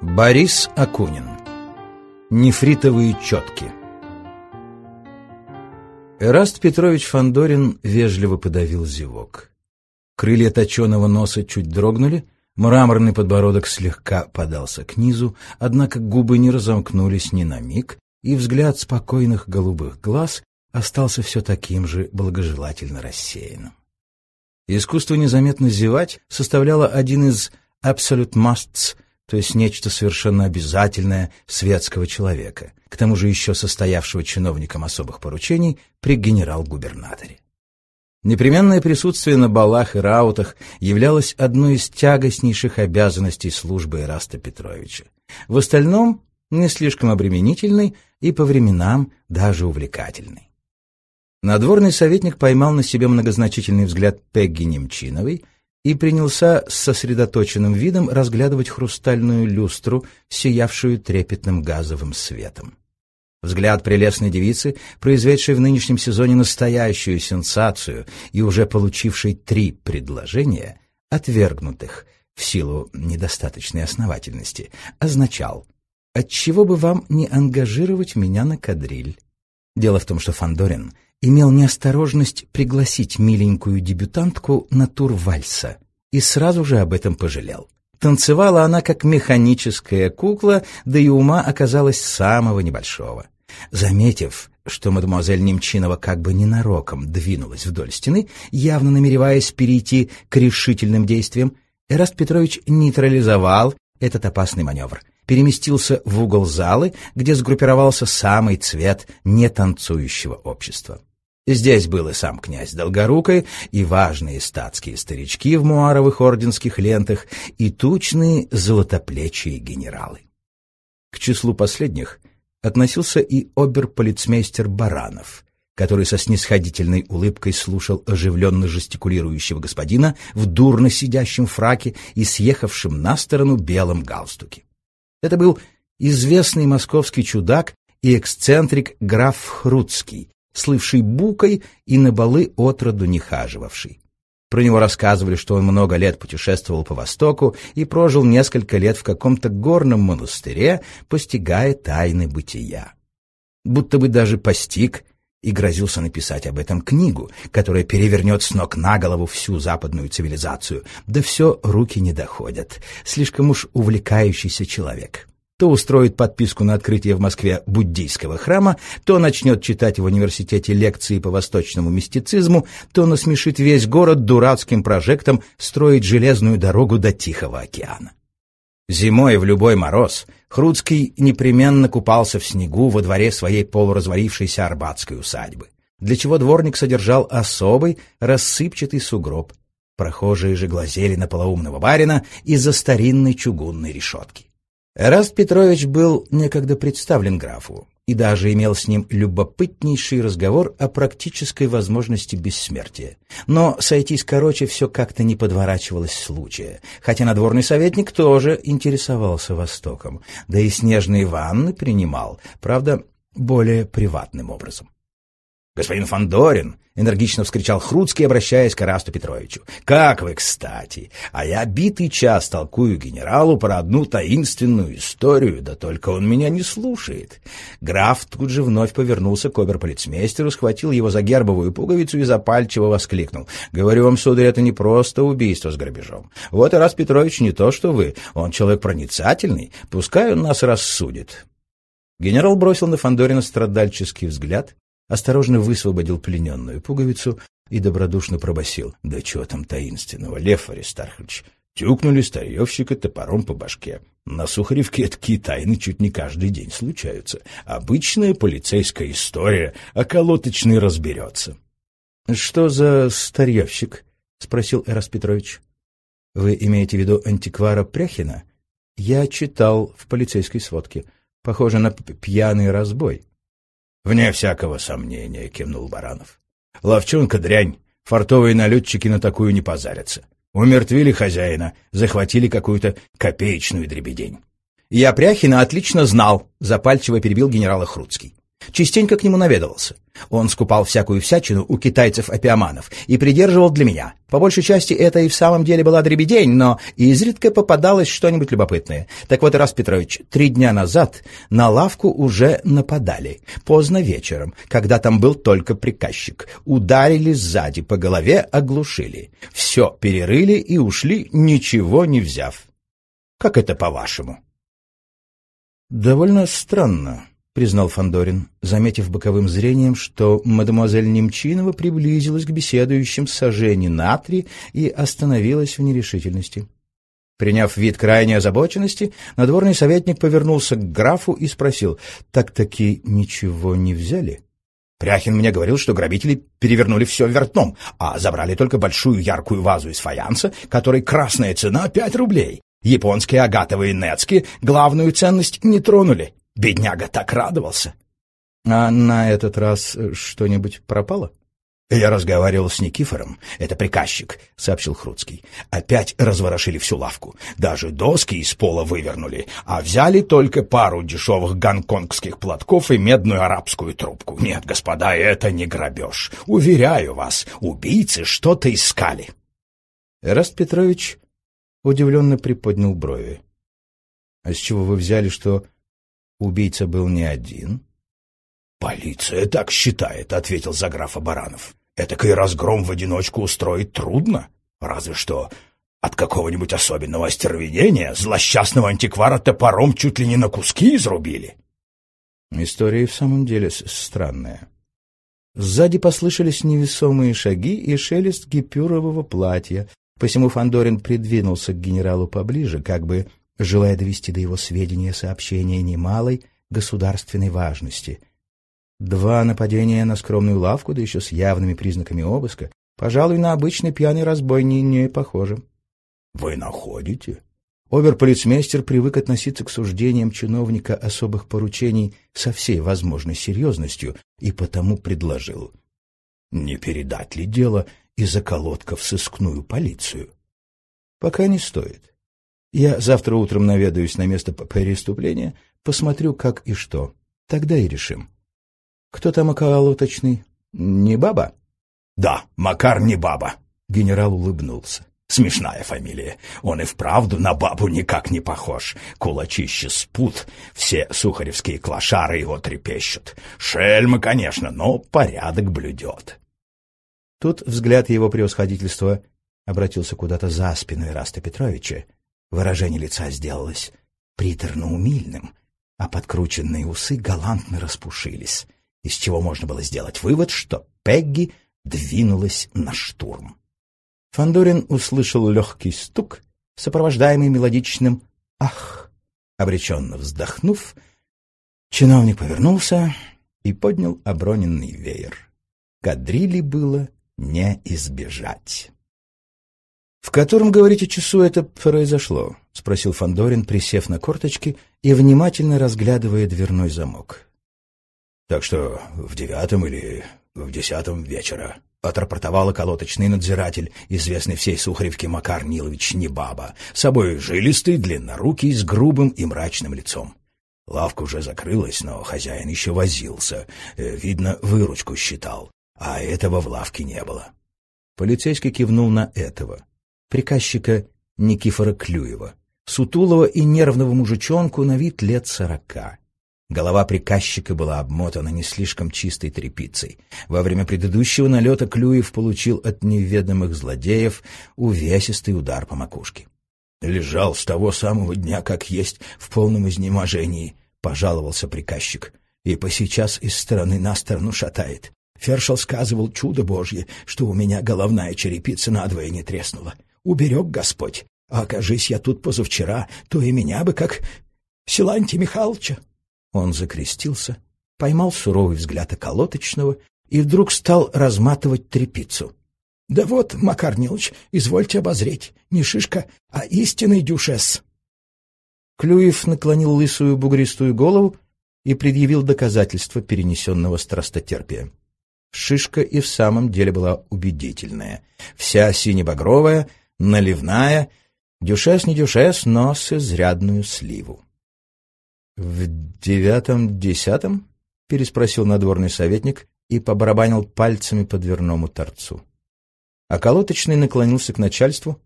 Борис Акунин. Нефритовые четки. Эраст Петрович Фандорин вежливо подавил зевок. Крылья точеного носа чуть дрогнули, мраморный подбородок слегка подался к низу, однако губы не разомкнулись ни на миг, и взгляд спокойных голубых глаз остался все таким же благожелательно рассеянным. Искусство незаметно зевать составляло один из absolute musts, то есть нечто совершенно обязательное светского человека, к тому же еще состоявшего чиновником особых поручений при генерал-губернаторе. Непременное присутствие на балах и раутах являлось одной из тягостнейших обязанностей службы Эраста Петровича. В остальном не слишком обременительной и по временам даже увлекательной. Надворный советник поймал на себе многозначительный взгляд Пегги Немчиновой и принялся с сосредоточенным видом разглядывать хрустальную люстру, сиявшую трепетным газовым светом. Взгляд прелестной девицы, произведшей в нынешнем сезоне настоящую сенсацию и уже получившей 3 предложения, отвергнутых в силу недостаточной основательности, означал: «Отчего бы вам не ангажировать меня на кадриль?» Дело в том, что Фандорин имел неосторожность пригласить миленькую дебютантку на тур вальса и сразу же об этом пожалел. Танцевала она как механическая кукла, да и ума оказалась самого небольшого. Заметив, что мадемуазель Немчинова как бы ненароком двинулась вдоль стены, явно намереваясь перейти к решительным действиям, Эраст Петрович нейтрализовал этот опасный маневр, переместился в угол залы, где сгруппировался самый цвет нетанцующего общества. Здесь был и сам князь Долгорукой, и важные статские старички в муаровых орденских лентах, и тучные золотоплечие генералы. К числу последних относился и оберполицмейстер Баранов, который со снисходительной улыбкой слушал оживленно жестикулирующего господина в дурно сидящем фраке и съехавшем на сторону белом галстуке. Это был известный московский чудак и эксцентрик граф Хруцкий, слывший букой и на балы отроду не хаживавший. Про него рассказывали, что он много лет путешествовал по Востоку и прожил несколько лет в каком-то горном монастыре, постигая тайны бытия. Будто бы даже постиг и грозился написать об этом книгу, которая перевернет с ног на голову всю западную цивилизацию. Да все руки не доходят. Слишком уж увлекающийся человек. То устроит подписку на открытие в Москве буддийского храма, то начнет читать в университете лекции по восточному мистицизму, то насмешит весь город дурацким прожектом строить железную дорогу до Тихого океана. Зимой в любой мороз Хруцкий непременно купался в снегу во дворе своей полуразвалившейся арбатской усадьбы, для чего дворник содержал особый рассыпчатый сугроб. Прохожие же глазели на полоумного барина из-за старинной чугунной решетки. Эраст Петрович был некогда представлен графу и даже имел с ним любопытнейший разговор о практической возможности бессмертия. Но сойтись короче все как-то не подворачивалось случая, хотя надворный советник тоже интересовался Востоком, да и снежные ванны принимал, правда, более приватным образом. «Господин Фандорин!» — энергично вскричал Хруцкий, обращаясь к Эрасту Петровичу. «Как вы кстати! А я битый час толкую генералу про одну таинственную историю, да только он меня не слушает». Граф тут же вновь повернулся к оберполицмейстеру, схватил его за гербовую пуговицу и запальчиво воскликнул. «Говорю вам, сударь, это не просто убийство с грабежом. Вот Эраст Петрович не то, что вы. Он человек проницательный. Пускай он нас рассудит». Генерал бросил на Фандорина страдальческий взгляд, осторожно высвободил плененную пуговицу и добродушно пробасил: «Да чего там таинственного, Лев Аристархович? Тюкнули старьевщика топором по башке. На Сухаревке такие тайны чуть не каждый день случаются. Обычная полицейская история, а колоточный разберется». «Что за старьевщик?» — спросил Эраст Петрович. «Вы имеете в виду антиквара Пряхина? Я читал в полицейской сводке. Похоже на пьяный разбой». «Вне всякого сомнения», — кивнул Баранов. «Ловчонка дрянь, фартовые налетчики на такую не позарятся. Умертвили хозяина, захватили какую-то копеечную дребедень». «Я Пряхина отлично знал», — запальчиво перебил генерала Хруцкий. «Частенько к нему наведывался. Он скупал всякую всячину у китайцев-опиоманов и придерживал для меня. По большей части это и в самом деле была дребедень, но изредка попадалось что-нибудь любопытное. Так вот, Ираст Петрович, 3 дня назад на лавку уже нападали. Поздно вечером, когда там был только приказчик. Ударили сзади по голове, оглушили. Все перерыли и ушли, ничего не взяв. Как это по-вашему? «Довольно странно», — признал Фандорин, заметив боковым зрением, что мадемуазель Немчинова приблизилась к беседующим сажени на 3 и остановилась в нерешительности. Приняв вид крайней озабоченности, надворный советник повернулся к графу и спросил: «Так-таки ничего не взяли?» Пряхин мне говорил, что грабители перевернули все вверх дном, а забрали только большую яркую вазу из фаянса, которой красная цена 5 рублей. Японские агатовые нецки главную ценность не тронули. Бедняга так радовался. «А на этот раз что-нибудь пропало?» «Я разговаривал с Никифором, это приказчик», — сообщил Хруцкий. «Опять разворошили всю лавку. Даже доски из пола вывернули, а взяли только пару дешевых гонконгских платков и медную арабскую трубку. Нет, господа, это не грабеж. Уверяю вас, убийцы что-то искали». Эраст Петрович удивленно приподнял брови. «А с чего вы взяли, что убийца был не один?» «Полиция так считает», — ответил за графа Баранов. «Этакой разгром в одиночку устроить трудно. Разве что от какого-нибудь особенного остервенения злосчастного антиквара топором чуть ли не на куски изрубили». История и в самом деле странная. Сзади послышались невесомые шаги и шелест гипюрового платья, посему Фандорин придвинулся к генералу поближе, как бы желая довести до его сведения сообщения немалой государственной важности. 2 нападения на скромную лавку, да еще с явными признаками обыска, пожалуй, на обычный пьяный разбой не похоже. «Вы находите?» Обер-полицмейстер привык относиться к суждениям чиновника особых поручений со всей возможной серьезностью и потому предложил: «Не передать ли дело из околотка в сыскную полицию?» «Пока не стоит. Я завтра утром наведаюсь на место преступления, посмотрю, как и что. Тогда и решим. Кто там околоточный? Не баба?» «Да, Макар не баба», — генерал улыбнулся. «Смешная фамилия. Он и вправду на бабу никак не похож. Кулачище спут, все сухаревские клошары его трепещут. Шельма, конечно, но порядок блюдет». Тут взгляд его превосходительства обратился куда-то за спину Ираста Петровича. Выражение лица сделалось приторно-умильным, а подкрученные усы галантно распушились, из чего можно было сделать вывод, что Пегги двинулась на штурм. Фандорин услышал легкий стук, сопровождаемый мелодичным «ах». Обреченно вздохнув, чиновник повернулся и поднял оброненный веер. Кадрили было не избежать. «В котором, говорите, часу это произошло?» — спросил Фандорин, присев на корточки и внимательно разглядывая дверной замок. «Так что в 9 или в 10 вечера», — отрапортовал околоточный надзиратель, известный всей Сухаревке Макар Нилович Небаба, собой жилистый, длиннорукий, с грубым и мрачным лицом. Лавка уже закрылась, но хозяин еще возился, видно, выручку считал, а этого в лавке не было. Полицейский кивнул на этого, приказчика Никифора Клюева, сутулого и нервного мужичонку на вид лет 40. Голова приказчика была обмотана не слишком чистой тряпицей. Во время предыдущего налета Клюев получил от неведомых злодеев увесистый удар по макушке. «Лежал с того самого дня, как есть, в полном изнеможении», — пожаловался приказчик. «И посейчас из стороны на сторону шатает. Фершел сказывал, чудо божье, что у меня головная черепица надвое не треснула. Уберег Господь. А окажись я тут позавчера, то и меня бы как Силантия Михайловича». Он закрестился, поймал суровый взгляд околоточного и вдруг стал разматывать тряпицу. «Да вот, Макар Нилович, извольте обозреть, не шишка, а истинный дюшес». Клюев наклонил лысую бугристую голову и предъявил доказательства перенесенного страстотерпия. Шишка и в самом деле была убедительная. Вся синебагровая, наливная, дюшес не дюшес, но с изрядную сливу. «В 9-10?» — переспросил надворный советник, и побарабанил пальцами по дверному торцу. Околоточный наклонился к начальству,